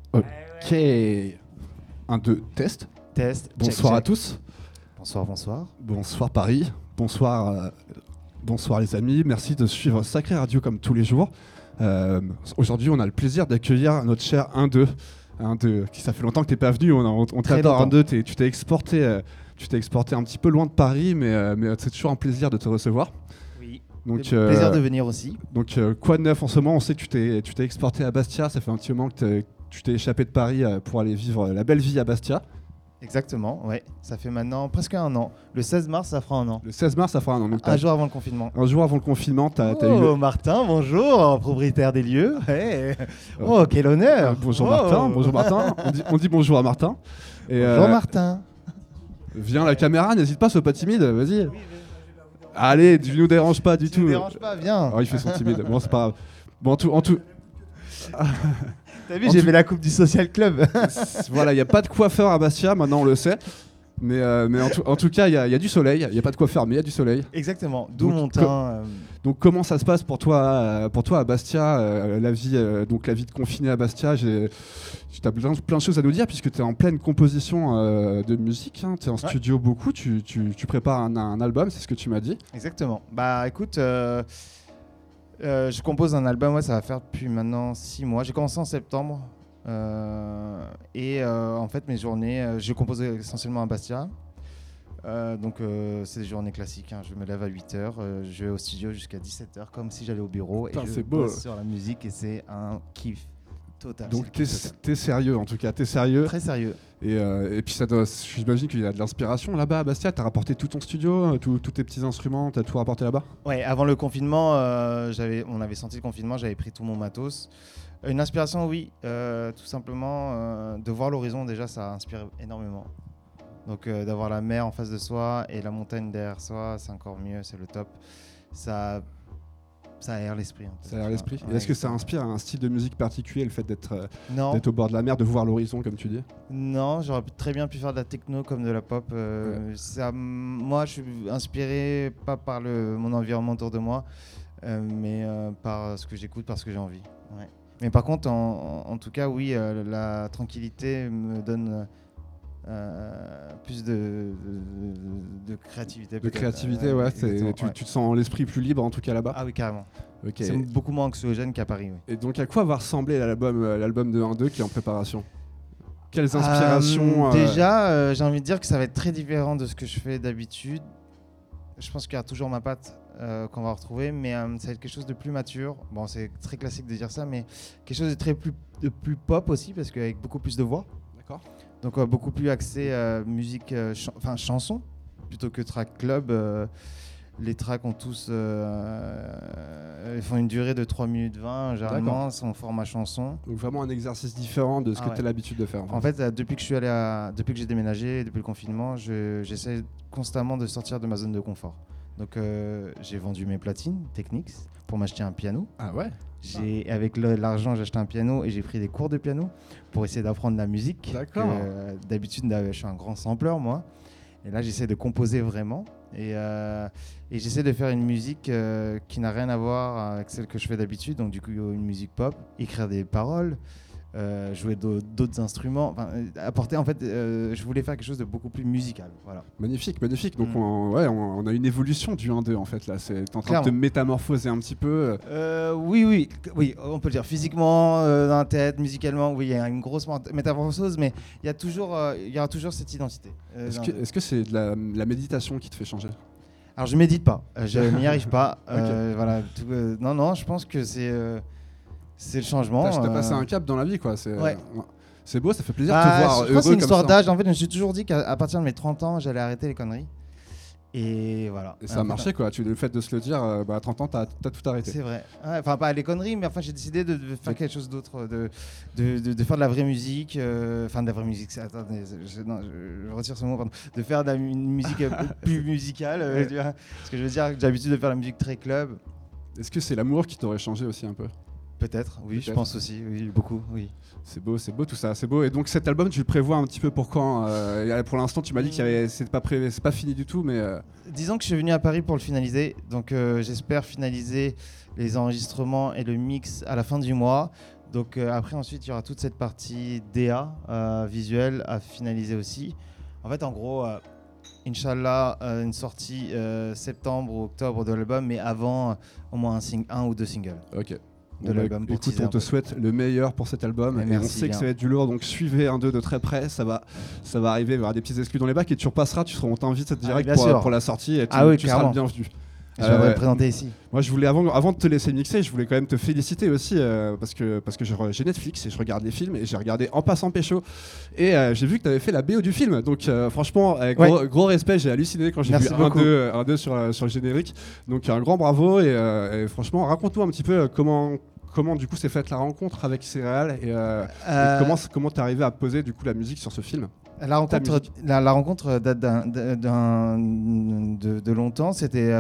Ok. Un, deux, test. Test. Bonsoir check, à tous. Bonsoir, bonsoir. Bonsoir Paris. Bonsoir, bonsoir les amis. Merci de suivre Sacré Radio comme tous les jours. Aujourd'hui, on a le plaisir d'accueillir notre cher 1-2. 1-2, qui ça fait longtemps que t'es pas venu. On t'adore 1-2. Tu t'es exporté un petit peu loin de Paris, mais c'est toujours un plaisir de te recevoir. Oui. Donc, Plaisir de venir aussi. Donc, quoi de neuf en ce moment? On sait que tu t'es exporté à Bastia. Ça fait un petit moment que tu t'es échappé de Paris pour aller vivre la belle vie à Bastia. Exactement, ouais. Ça fait maintenant presque un an. Le 16 mars, ça fera un an. Le 16 mars, ça fera un an. Donc un jour avant le confinement. Un jour avant le confinement, t'as eu Oh, Martin, bonjour, propriétaire des lieux. Hey. Oh, quel honneur. Bonjour Oh. Martin, bonjour Martin. On dit bonjour à Martin. Et bonjour Martin. Viens la caméra, n'hésite pas, sois pas timide, vas-y. Allez, tu nous déranges pas du tout. Tu ne déranges pas, viens. Oh, il fait son timide, bon c'est pas grave. Bon, en tout... T'as vu, j'ai fait la coupe du Social Club. Voilà, il n'y a pas de coiffeur à Bastia, maintenant on le sait. Mais en tout cas, il y a du soleil. Il n'y a pas de coiffeur, mais il y a du soleil. Exactement, d'où mon teint. Donc comment ça se passe pour toi à Bastia, la vie de confiné à Bastia? Tu as plein de choses à nous dire puisque tu es en pleine composition de musique. Hein, tu es en studio beaucoup, tu prépares un album, c'est ce que tu m'as dit. Exactement. Bah écoute... je compose un album, ça va faire depuis maintenant 6 mois. J'ai commencé en septembre. En fait, mes journées, je compose essentiellement à Bastia. Donc, c'est des journées classiques. Hein. Je me lève à 8h, je vais au studio jusqu'à 17h, comme si j'allais au bureau. Putain, et je bosse sur la musique et c'est un kiff total. Donc, t'es sérieux en tout cas, t'es sérieux. Très sérieux. Et puis, j'imagine qu'il y a de l'inspiration là-bas à Bastia. T'as rapporté tout ton studio, tous tes petits instruments, t'as tout rapporté là-bas? Ouais, avant le confinement, on avait senti le confinement, j'avais pris tout mon matos. Une inspiration, oui, tout simplement, de voir l'horizon, déjà, ça inspire énormément. Donc, d'avoir la mer en face de soi et la montagne derrière soi, c'est encore mieux, c'est le top. Ça aère l'esprit. Ça aère l'esprit. Ouais, et est-ce que ça inspire un style de musique particulier, le fait d'être au bord de la mer, de voir l'horizon, comme tu dis? Non, j'aurais très bien pu faire de la techno comme de la pop. Moi, je suis inspiré pas par mon environnement autour de moi, mais par ce que j'écoute, par ce que j'ai envie. Ouais. Mais par contre, en tout cas, oui, la tranquillité me donne plus de créativité. De créativité, ouais. Tu te sens l'esprit plus libre, en tout cas là-bas? Ah oui, carrément. Okay. C'est beaucoup moins anxiogène qu'à Paris. Oui. Et donc, à quoi va ressembler l'album de 1-2 qui est en préparation? Quelles inspirations Déjà, j'ai envie de dire que ça va être très différent de ce que je fais d'habitude. Je pense qu'il y a toujours ma patte qu'on va retrouver, mais ça va être quelque chose de plus mature. Bon, c'est très classique de dire ça, mais quelque chose de plus pop aussi, parce qu'avec beaucoup plus de voix. D'accord. Donc beaucoup plus axé musique, chanson, plutôt que track club. Les tracks ont tous ils font une durée de 3 minutes 20, généralement, sont format chanson. Donc vraiment un exercice différent de ce que tu as l'habitude de faire. En fait, depuis que j'ai déménagé, depuis le confinement, j'essaie constamment de sortir de ma zone de confort. Donc j'ai vendu mes platines Technics pour m'acheter un piano. Ah ouais. Avec l'argent, j'ai acheté un piano et j'ai pris des cours de piano pour essayer d'apprendre la musique. D'accord. D'habitude, je suis un grand sampleur, moi. Et là, j'essaie de composer vraiment. Et j'essaie de faire une musique qui n'a rien à voir avec celle que je fais d'habitude. Donc, du coup, une musique pop, écrire des paroles, jouer d'autres instruments. Apporter, en fait, je voulais faire quelque chose de beaucoup plus musical. Voilà. Magnifique, magnifique. Donc, on a une évolution du 1-2 en fait. Là, t'es en train de te métamorphoser un petit peu. Oui, on peut le dire. Physiquement, dans la tête, musicalement, oui, il y a une grosse métamorphose, mais il y aura toujours cette identité. Est-ce que c'est de la méditation qui te fait changer? Alors, je médite pas. Je n'y arrive pas. Okay. Voilà. Non, je pense que c'est le changement. T'as passé un cap dans la vie, quoi. C'est beau, ça fait plaisir de te voir heureux comme ça. C'est une histoire d'âge. En fait, je me suis toujours dit qu'à partir de mes 30 ans, j'allais arrêter les conneries. Et voilà. Et ça a marché, quoi. Le fait de se le dire, à 30 ans, t'as tout arrêté. C'est vrai. Enfin, pas les conneries, mais j'ai décidé de faire quelque chose d'autre, de faire de la vraie musique. Enfin, de la vraie musique. Attendez, je retire ce mot, pardon. De faire une musique plus musicale. Tu vois ce que je veux dire, j'ai l'habitude de faire la musique très club. Est-ce que c'est l'amour qui t'aurait changé aussi un peu? Peut-être, oui, je pense aussi, oui, beaucoup, oui. C'est beau tout ça, c'est beau. Et donc cet album, tu le prévois un petit peu pour quand? Pour l'instant, tu m'as dit que c'est pas fini du tout, mais... Disons que je suis venu à Paris pour le finaliser, donc j'espère finaliser les enregistrements et le mix à la fin du mois. Donc après, ensuite, il y aura toute cette partie DA visuelle à finaliser aussi. En fait, en gros, Inch'Allah, une sortie septembre ou octobre de l'album, mais avant au moins un ou 2 singles. Ok. De l'album. Écoute, on te souhaite le meilleur pour cet album. Et on sait que ça va être du lourd, donc suivez 1-2 de très près. Ça va arriver, il y aura des petits exclus dans les bacs et tu repasseras, on t'invite direct pour la sortie et tu seras le bienvenu. Je vais te présenter ici. Moi, je voulais avant de te laisser mixer, je voulais quand même te féliciter aussi parce que j'ai Netflix et je regarde les films et j'ai regardé En passant pécho et j'ai vu que tu avais fait la BO du film. Donc franchement, gros respect, j'ai halluciné quand j'ai vu 1-2 sur le générique. Donc un grand bravo et franchement, raconte-nous un petit peu comment du coup s'est faite la rencontre avec Céréales et comment t'es arrivé à poser du coup la musique sur ce film. La rencontre date de longtemps. C'était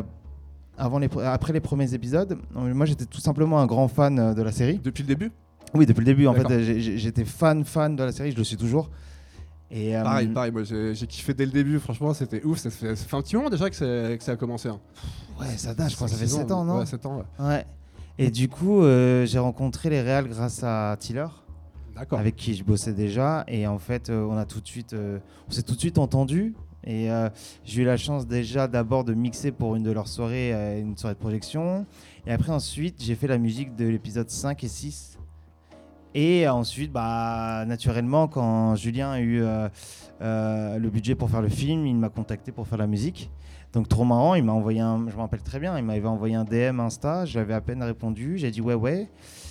après les premiers épisodes. Moi, j'étais tout simplement un grand fan de la série. Depuis le début ? Oui, depuis le début. En fait, j'étais fan de la série. Je le suis toujours. Et pareil. Moi, j'ai kiffé dès le début. Franchement, c'était ouf. Ça fait un petit moment déjà que ça a commencé. Hein. Ouais, ça date. Je crois. Ça fait 7 ans, non ? Ouais, 7 ans. Ouais. Et du coup, j'ai rencontré les réals grâce à Tiller. D'accord. Avec qui je bossais déjà. Et en fait, on s'est tout de suite entendu. Et j'ai eu la chance déjà d'abord de mixer pour une de leurs soirées, une soirée de projection. Et après, ensuite, j'ai fait la musique de l'épisode 5 et 6. Et ensuite, naturellement, quand Julien a eu le budget pour faire le film, il m'a contacté pour faire la musique. Donc trop marrant, il m'a envoyé je me rappelle très bien, il m'avait envoyé un DM Insta, j'avais à peine répondu, j'ai dit ouais.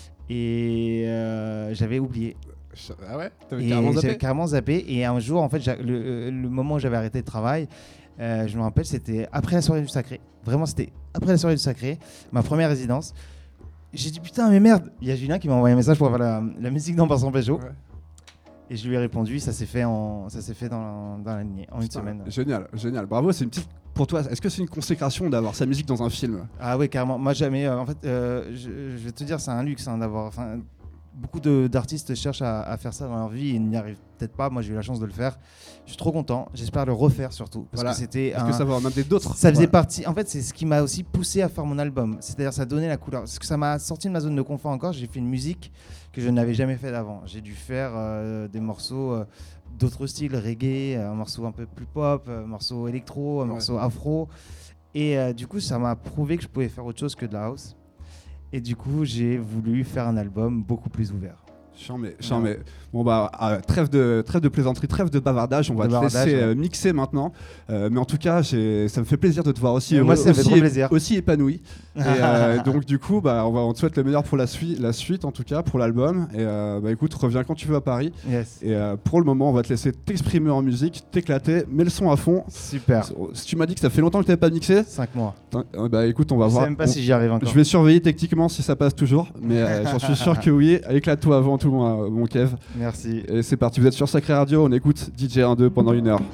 Et j'avais oublié. Ah ouais ? J'avais carrément zappé. Et un jour, en fait, le moment où j'avais arrêté le travail, je me rappelle, c'était après la soirée du Sacré. Vraiment, c'était après la soirée du Sacré, ma première résidence. J'ai dit putain, mais merde, il y a Julien qui m'a envoyé un message pour faire la musique d'En passant pécho. Ouais. Et je lui ai répondu, ça s'est fait dans la lignée, en une semaine. Génial. Bravo, c'est une petite... Pour toi, est-ce que c'est une consécration d'avoir sa musique dans un film ? Ah oui, carrément. Moi, jamais. En fait, je vais te dire, c'est un luxe d'avoir... Beaucoup d'artistes cherchent à faire ça dans leur vie et n'y arrivent peut-être pas. Moi, j'ai eu la chance de le faire. Je suis trop content. J'espère le refaire surtout. Parce que c'était que ça va en amener d'autres. Ça faisait partie... En fait, c'est ce qui m'a aussi poussé à faire mon album. C'est-à-dire, ça donnait la couleur. Parce que ça m'a sorti de ma zone de confort encore. J'ai fait une musique que je n'avais jamais fait avant. J'ai dû faire des morceaux d'autres styles, reggae, un morceau un peu plus pop, un morceau électro, un morceau afro. Et du coup, ça m'a prouvé que je pouvais faire autre chose que de la house. Et du coup, j'ai voulu faire un album beaucoup plus ouvert. Chant, mais bon trêve de plaisanterie, trêve de bavardage. On va te laisser mixer maintenant. Mais en tout cas, ça me fait plaisir de te voir aussi aussi épanoui. Et donc du coup, on te souhaite le meilleur pour la suite en tout cas pour l'album. Et écoute, reviens quand tu veux à Paris. Yes. Et pour le moment, on va te laisser t'exprimer en musique, t'éclater, mets le son à fond. Super. Si tu m'as dit que ça fait longtemps que t'avais pas mixé. 5 mois. Écoute, on va voir. Je sais même pas si j'y arrive encore. Je vais surveiller techniquement si ça passe toujours, mais j'en suis sûr que oui. Éclate-toi avant tout, mon Kev. Merci. Et c'est parti, vous êtes sur Sacré Radio, on écoute DJ 1-2 pendant 1 heure.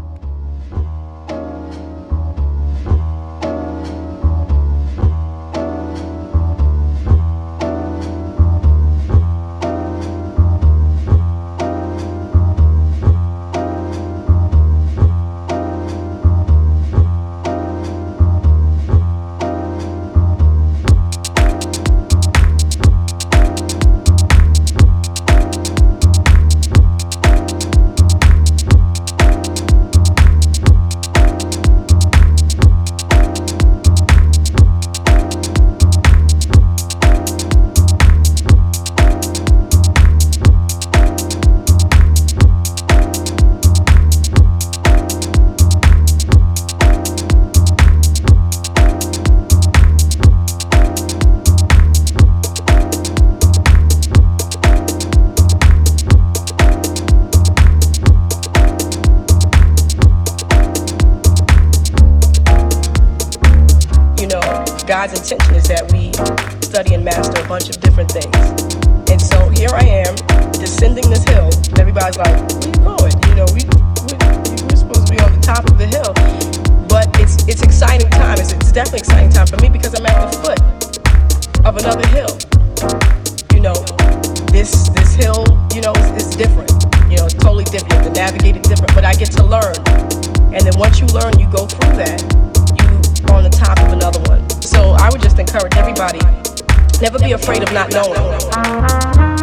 God's intention is that we study and master a bunch of different things. And so here I am, descending this hill. Everybody's like, where are you going? You know, we're supposed to be on the top of the hill. But it's exciting time. It's definitely exciting time for me because I'm at the foot of another hill. You know, this hill, you know, is different. You know, it's totally different. You have to navigate it different, but I get to learn. And then once you learn, you go through that, you on the top of another one. So I would just encourage everybody, never be afraid of not knowing.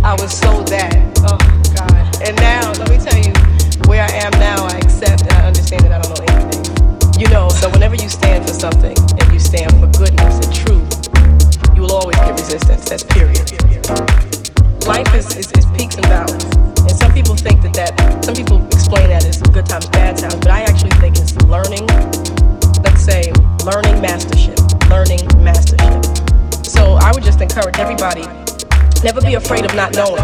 I was so that. Oh God. And now, let me tell you, where I am now, I accept and I understand that I don't know anything. You know, so whenever you stand for something and you stand for goodness and truth, you will always get resistance. That's period. Life is peaks and valleys. And some people think some people explain that as good times, bad times, but I actually think it's learning, let's say, learning mastership. So I would just encourage everybody, never be afraid of not knowing.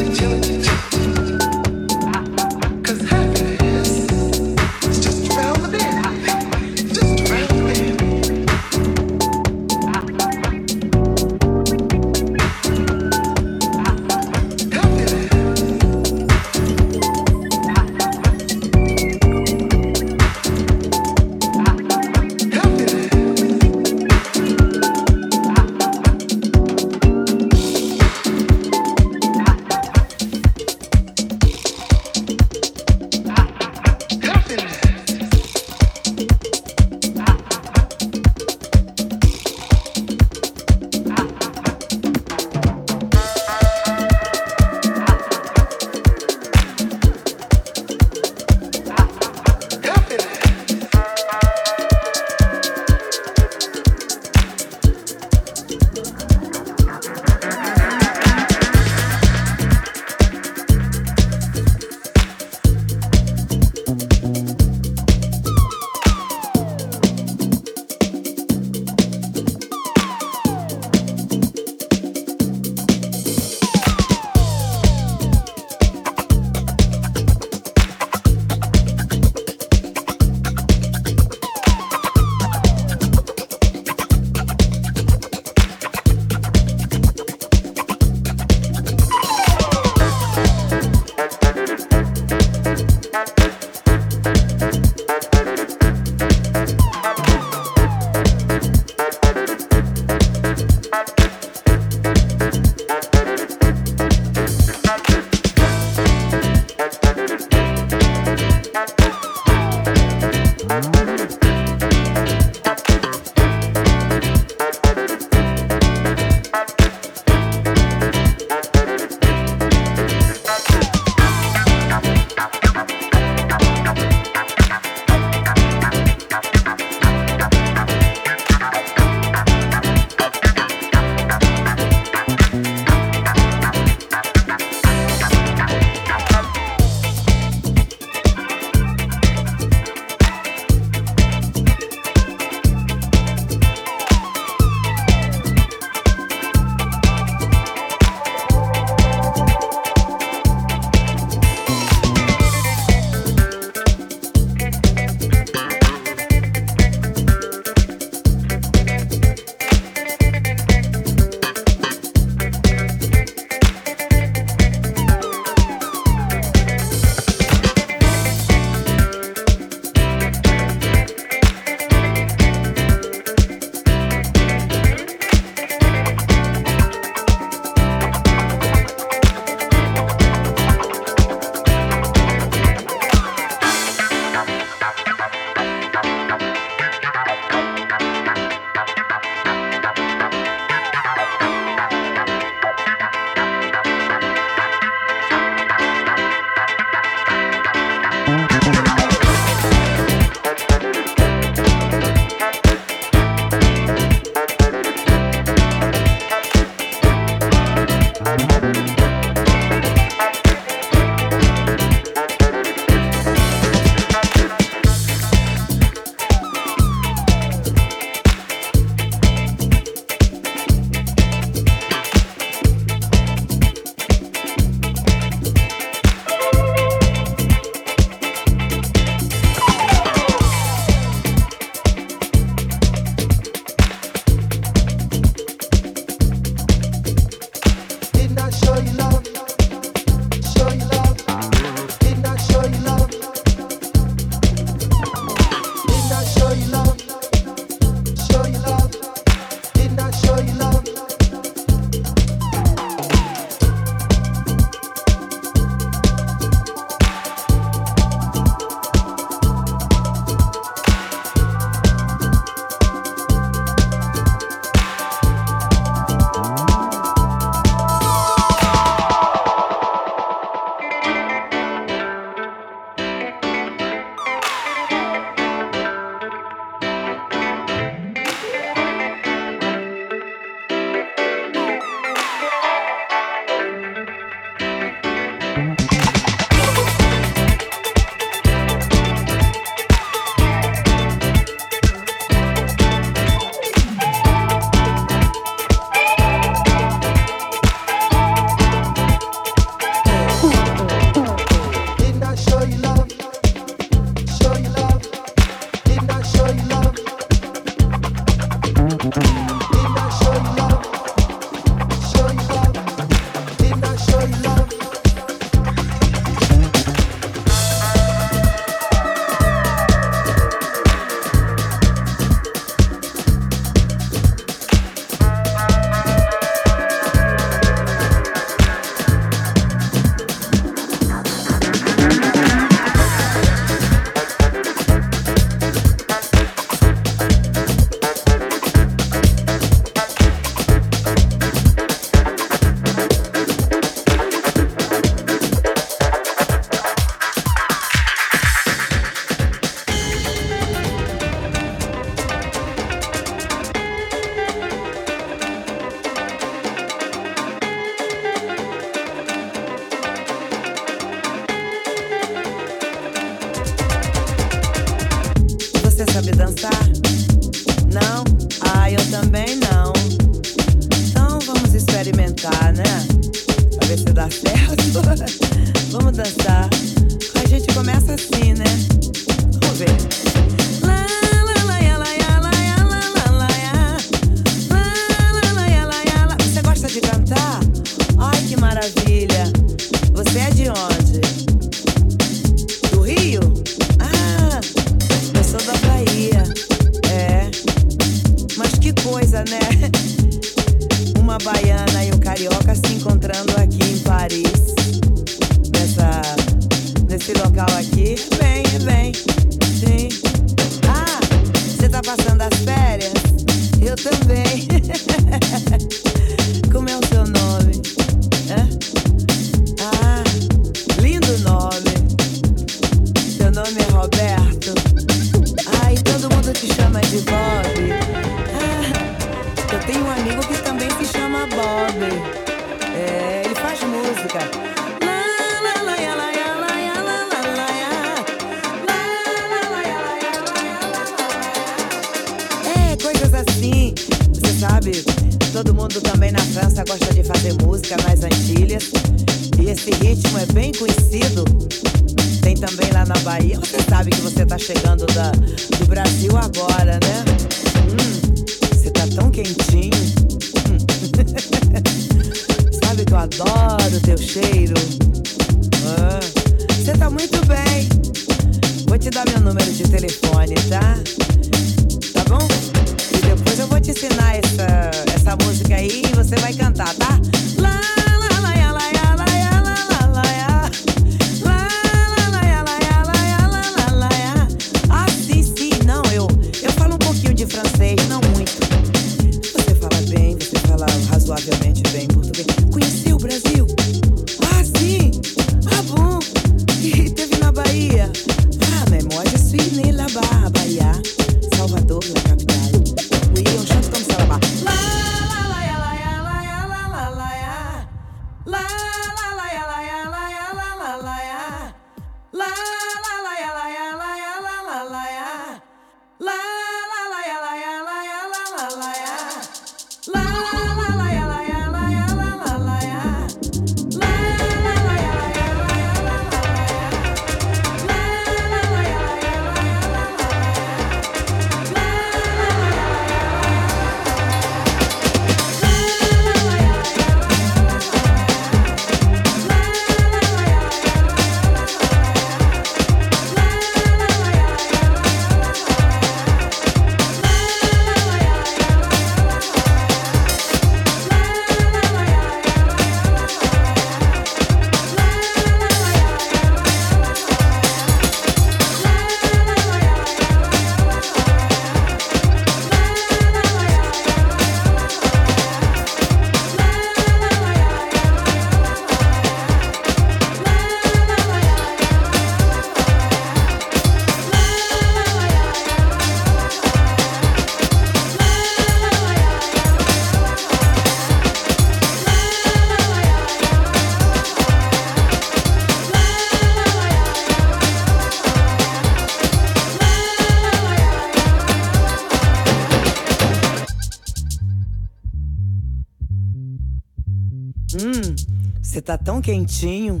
Você tá tão quentinho.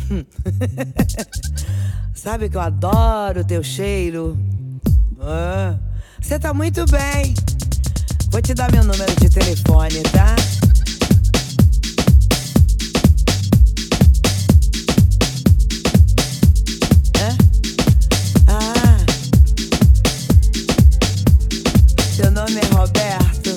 Sabe que eu adoro o teu cheiro. Você tá muito bem. Vou te dar meu número de telefone, tá? É? Ah. Seu nome é Roberto.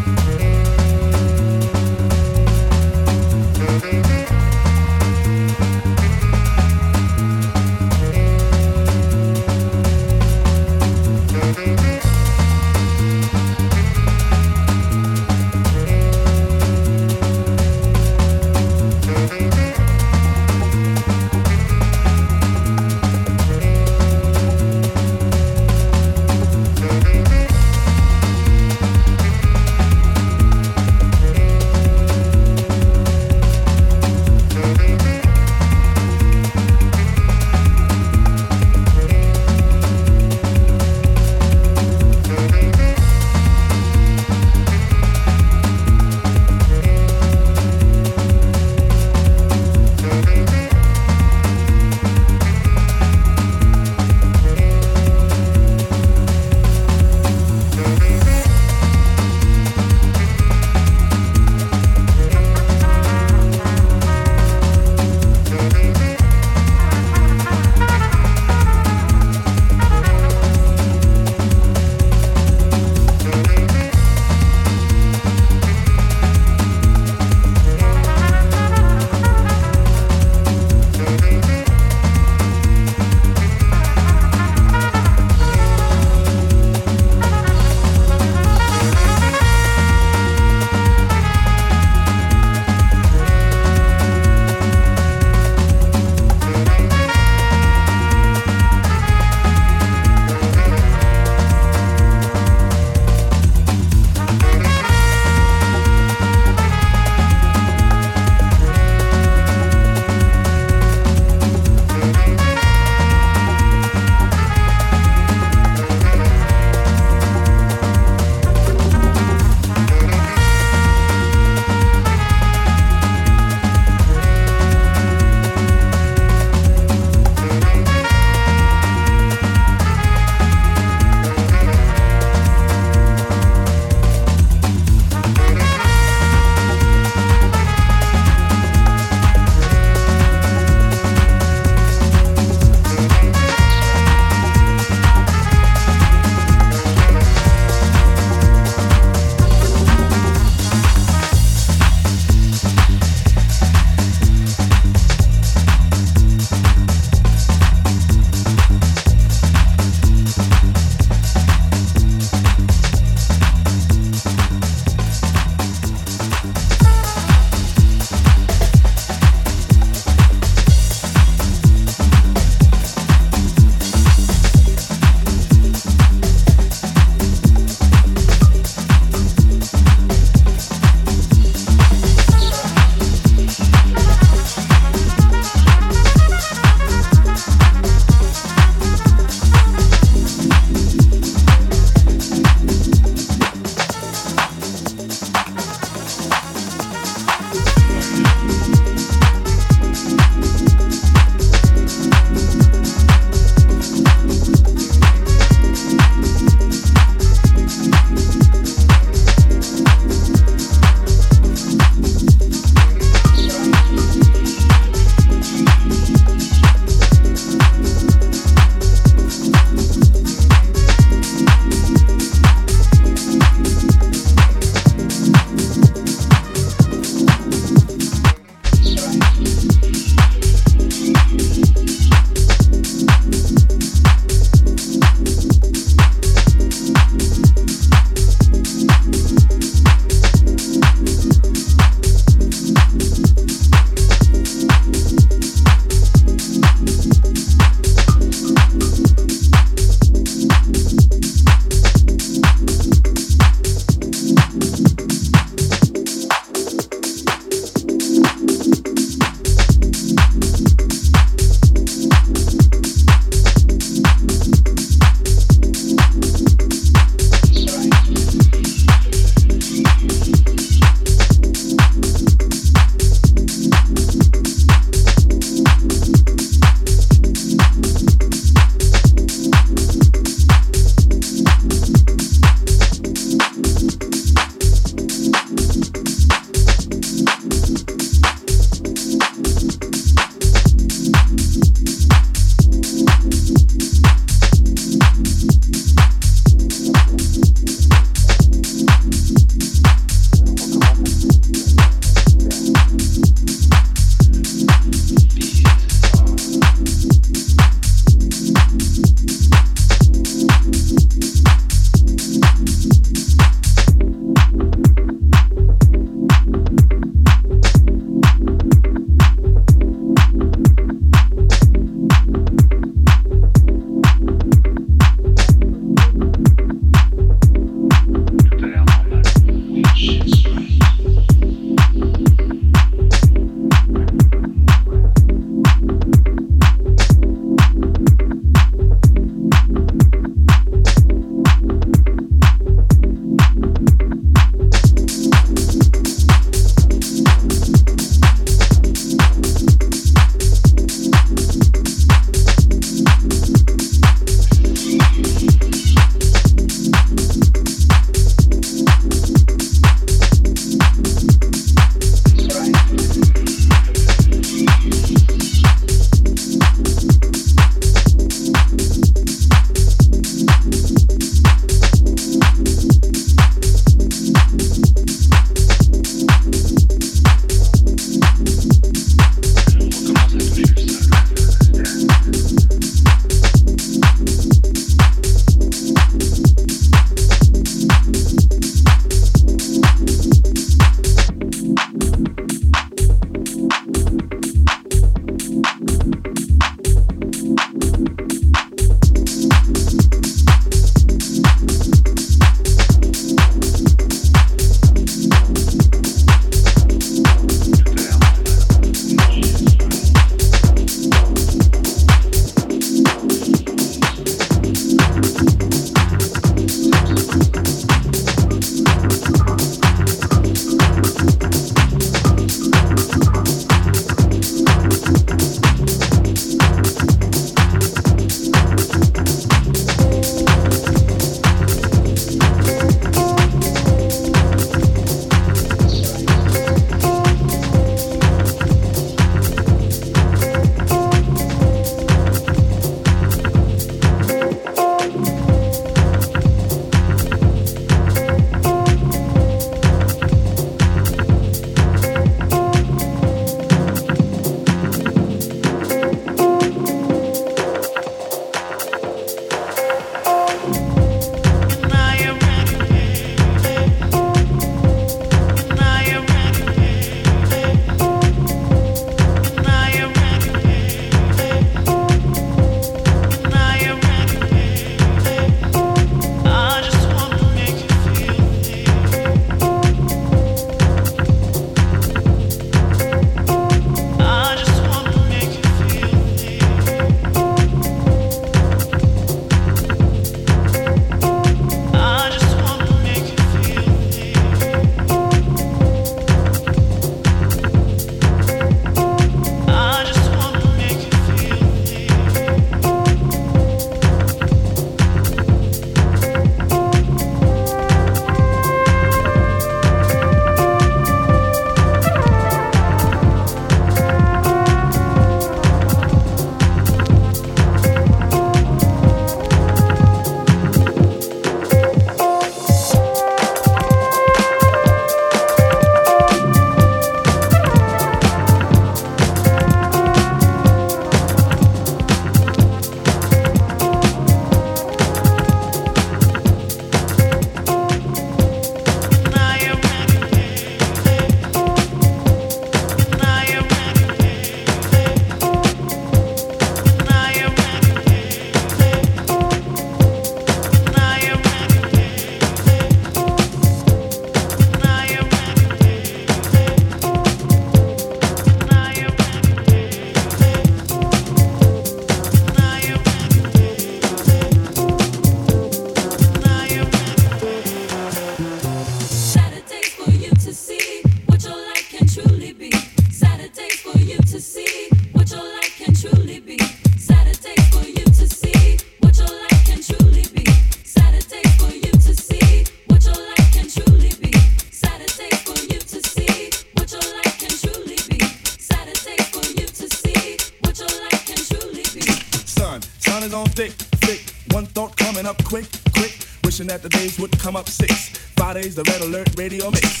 is on thick, thick. One thought coming up quick, quick. Wishing that the days would come up 6. Fridays, the Red Alert radio mix.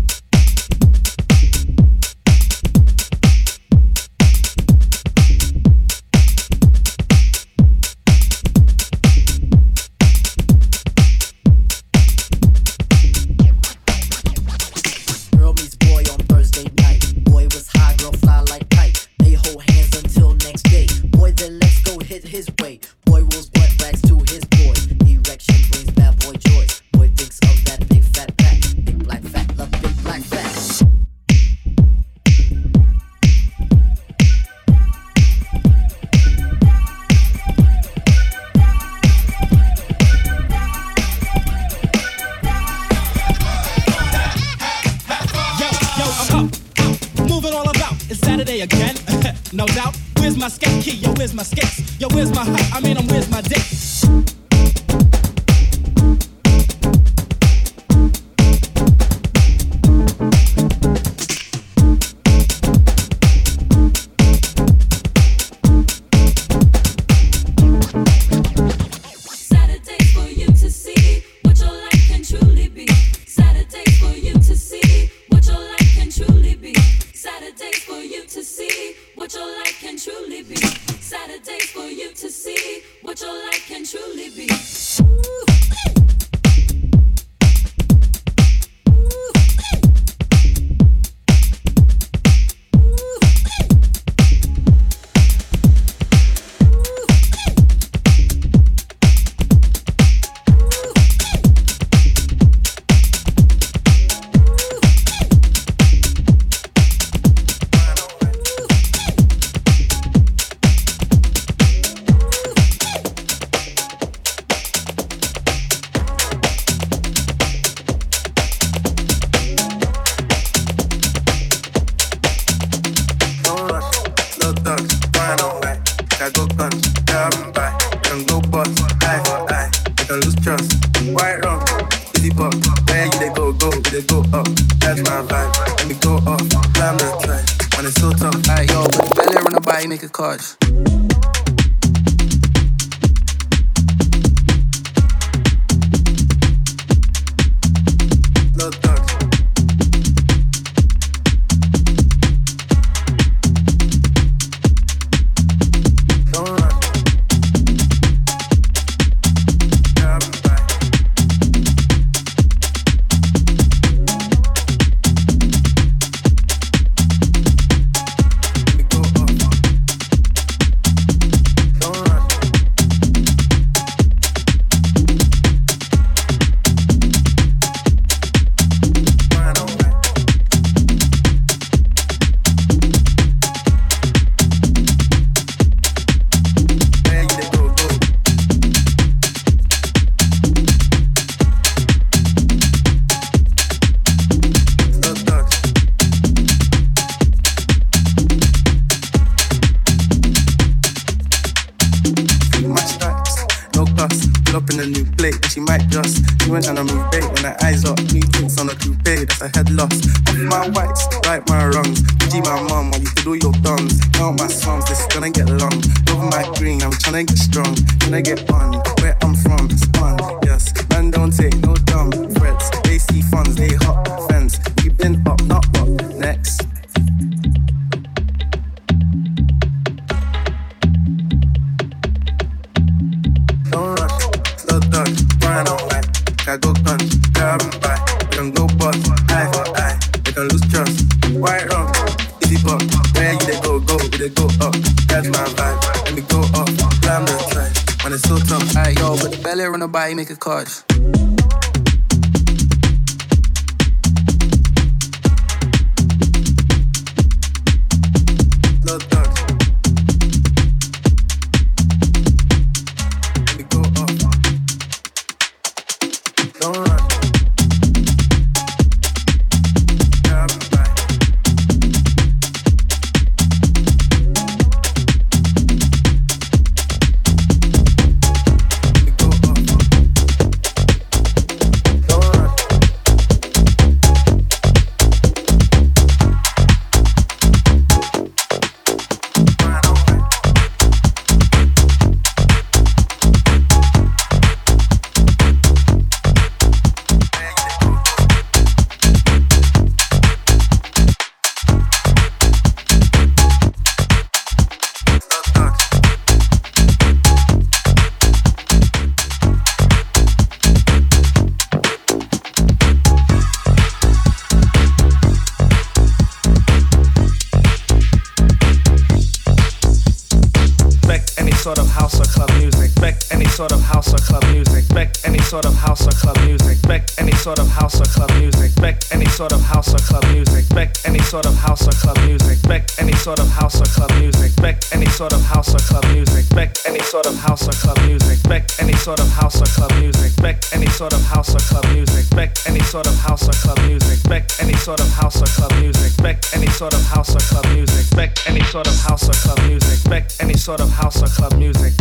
His way, boy rolls butt rags to his boy. Erection brings bad boy joy. Boy thinks of that big fat back, big black fat, love big black fat. Yo, I'm up, moving all about. It's Saturday again, no doubt. Where's my skate key? Yo, where's my skates? Yo, where's my hut? Where's my dick? Make a cause. Trying to move bait when her eyes up. New tints on a coupe, that's a head loss. Off my whites, right my wrongs. G my mum, while you could do your thumbs. Count my sums, this is gonna get long. Over my green, I'm trying to get strong. Trying to get on, where I'm from, it's fun. Yes, man don't take no dumb threats. They see funds, they hot fence. You been up, not up, next. Don't rush, slow dog, run away. I go punch, grab and buy. We can go bust, eye for eye. We can lose trust. White wrong, easy buck. Where you they go, we they go up. Catch my vibe, let me go up. Slam the track, when it's so tough. Aight, yo, put the belly on the body, make a cause. Slow dogs. Let me go up. Don't run. sort of house or club music. Beck any sort of house or club music. Beck any sort of house or club music. Beck any sort of house or club music. Beck any sort of house or club music. Beck any sort of house or club music. Beck any sort of house or club music. Beck any sort of house or club music. Beck any sort of house or club music. Beck any sort of house or club music. Beck any sort of house or club music. Beck any sort of house or club music. Beck any sort of house or club music. Beck any sort of house or club music. Beck any sort of house or club music.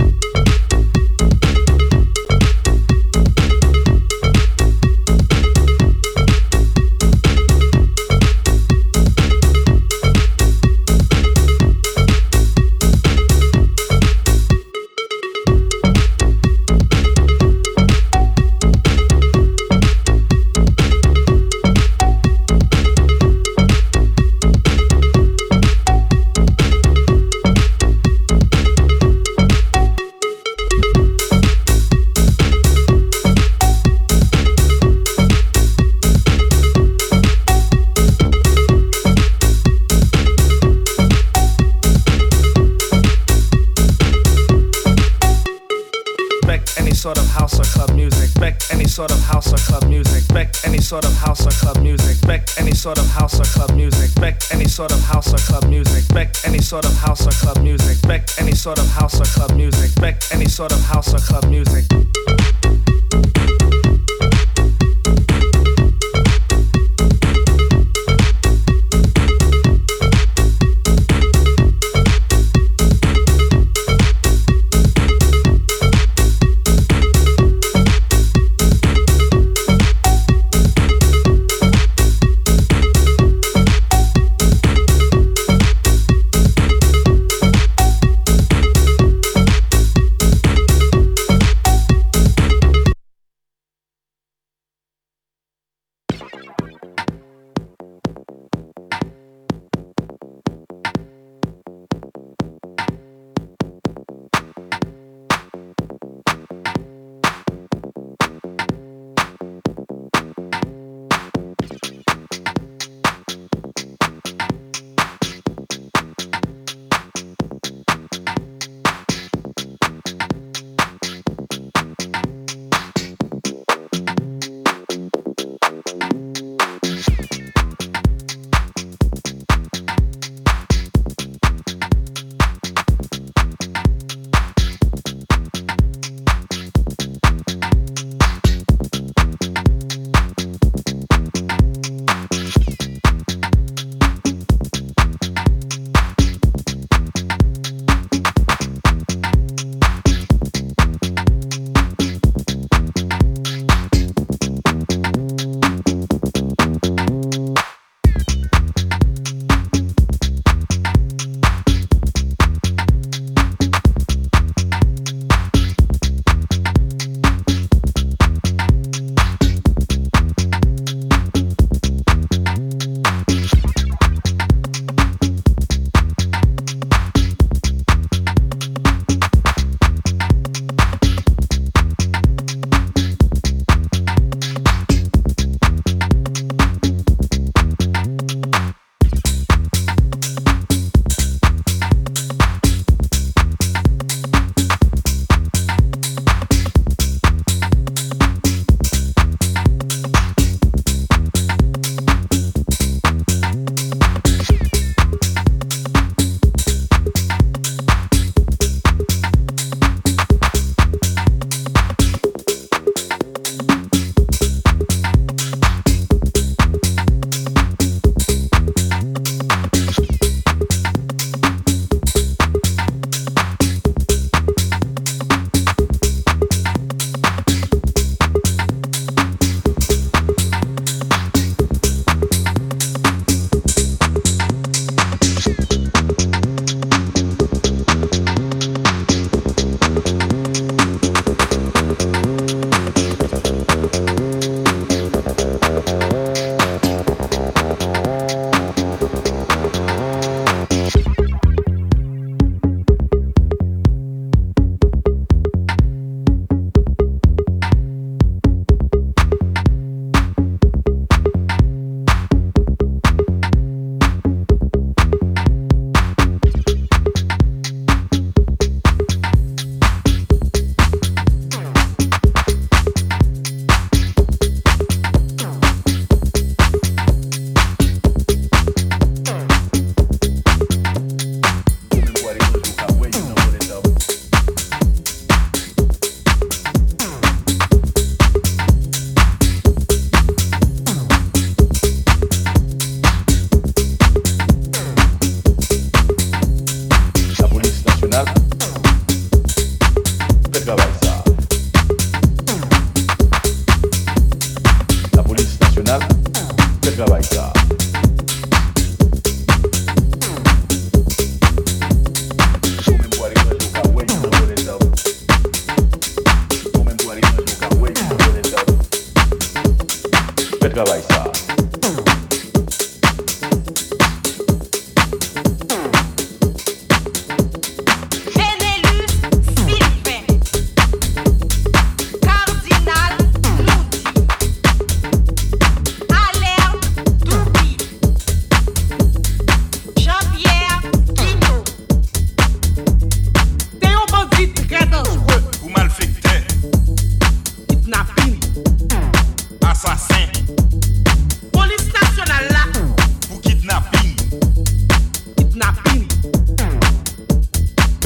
Sort of house or club music. Beck any sort of house or club music. Beck any sort of house or club music. Beck any sort of house or club music. Beck any sort of house or club music. Beck any sort of house or club music. Beck any sort of house or club music. Beck any sort of house or club music.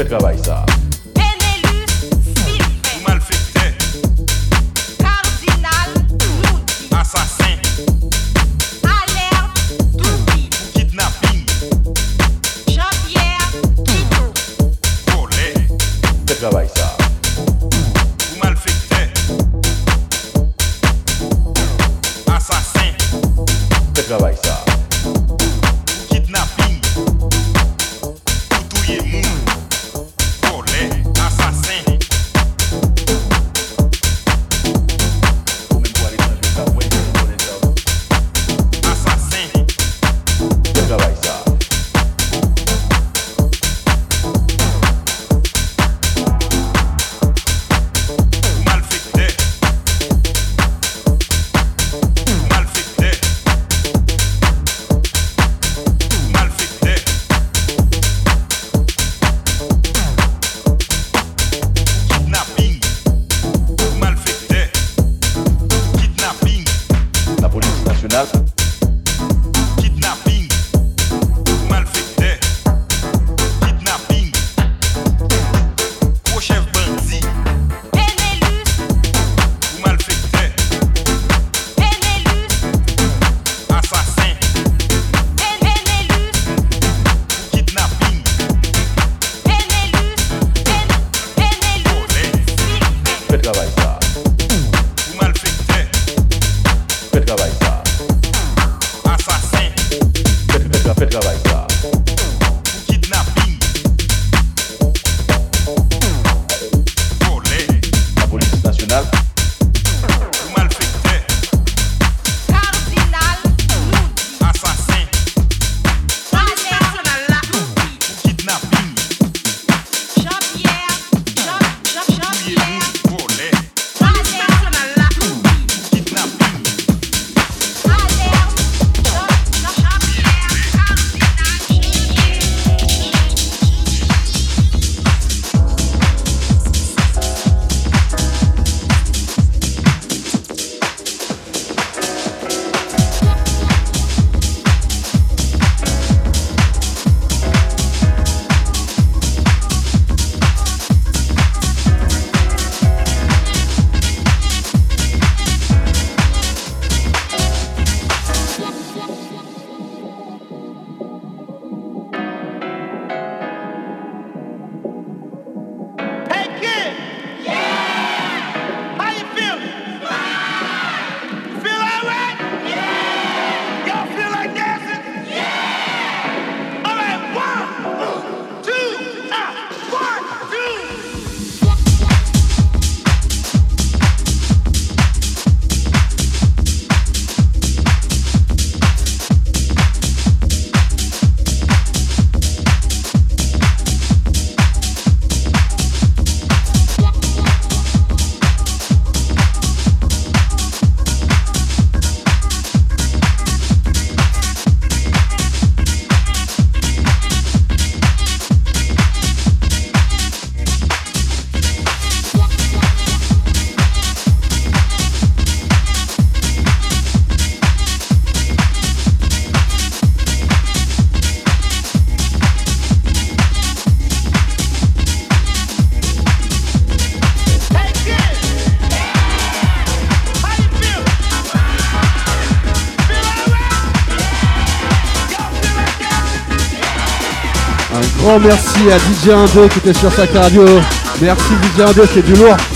Fais travail ça. Assassin, alerte, Doubi, kidnapping, Jean-Pierre, Guido, volet, Fais travail ça. ou malfecteur, assassin, Fais travail ça. kidnapping, ou touyer moun, volet, assassin. Fais travail ça. La police nationale. Kidnapping, malfecteur, kidnapping, gros chef bandit, Benelux, ou malfecteur, Benelux, assassin, Benelux, kidnapping, Benelux, Fais travail ça. ou malfecteur, Fais travail ça. assassin, Fais travail ça. kidnapping, volet, La police nationale. ou malfecteur, Cardinal, Loudi, assassin, alerte, Doubi, kidnapping, Jean-Pierre, Jean-Pierre, volet, alerte, Doubi, kidnapping, alerte, Jean-Pierre, Hey kid! How you feeling? You feel alright? Y'all feel like dancing? Alright, 1, 2, 1, 2. Hey kid! How you feeling? Feel alright? Y'all feel like dancing? Un grand merci à DJ 1-2 qui était sur Sacré Radio. Merci DJ 1-2, c'est du lourd.